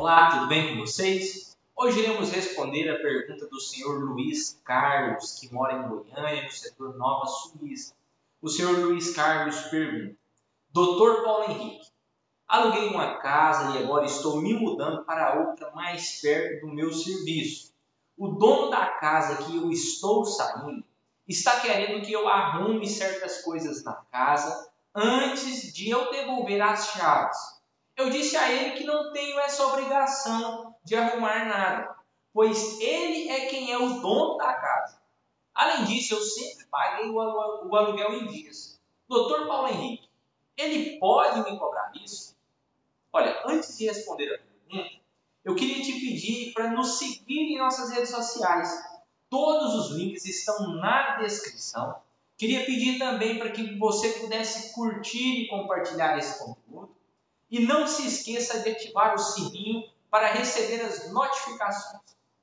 Olá, tudo bem com vocês? Hoje iremos responder a pergunta do senhor Luiz Carlos, que mora em Goiânia, no setor Nova Suíça. O senhor Luiz Carlos pergunta: Dr. Paulo Henrique, aluguei uma casa e agora estou me mudando para outra mais perto do meu serviço. O dono da casa que eu estou saindo está querendo que eu arrume certas coisas na casa antes de eu devolver as chaves. Eu disse a ele que não tenho essa obrigação de arrumar nada, pois ele é quem é o dono da casa. Além disso, eu sempre paguei o aluguel em dias. Dr. Paulo Henrique, ele pode me cobrar isso? Olha, antes de responder a pergunta, eu queria te pedir para nos seguir em nossas redes sociais. Todos os links estão na descrição. Queria pedir também para que você pudesse curtir e compartilhar esse conteúdo. E não se esqueça de ativar o sininho para receber as notificações.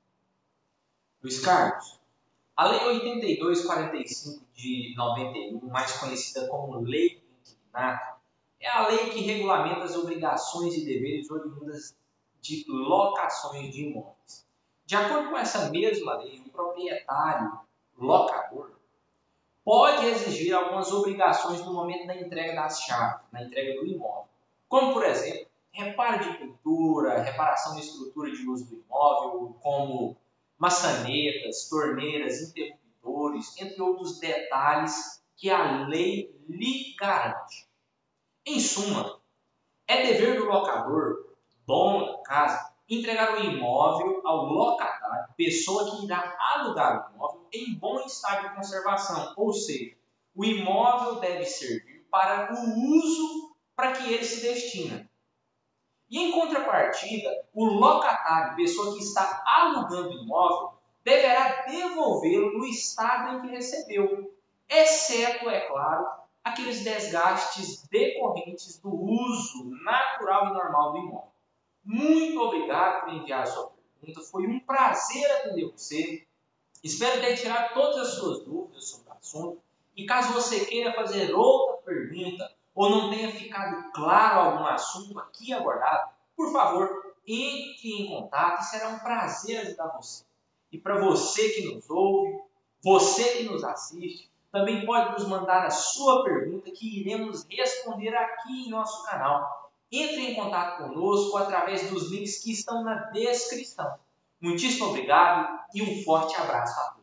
Luiz Carlos, a Lei 8245 de 91, mais conhecida como Lei do Inquilinato, é a lei que regulamenta as obrigações e deveres oriundas de locações de imóveis. De acordo com essa mesma lei, o proprietário, locador, pode exigir algumas obrigações no momento da entrega das chaves, na entrega do imóvel. Como, por exemplo, reparo de pintura, reparação de estrutura de uso do imóvel, como maçanetas, torneiras, interruptores, entre outros detalhes que a lei lhe garante. Em suma, é dever do locador, dono da casa, entregar o imóvel ao locatário, pessoa que irá alugar o imóvel, em bom estado de conservação, ou seja, o imóvel deve servir para o uso para que ele se destina. E em contrapartida, o locatário, pessoa que está alugando o imóvel, deverá devolvê-lo no estado em que recebeu, exceto, é claro, aqueles desgastes decorrentes do uso natural e normal do imóvel. Muito obrigado por enviar a sua pergunta, foi um prazer atender você. Espero ter tirado todas as suas dúvidas sobre o assunto. E caso você queira fazer outra pergunta ou não tenha ficado claro algum assunto aqui abordado, por favor, entre em contato e será um prazer ajudar você. E para você que nos ouve, você que nos assiste, também pode nos mandar a sua pergunta que iremos responder aqui em nosso canal. Entre em contato conosco através dos links que estão na descrição. Muitíssimo obrigado e um forte abraço a todos.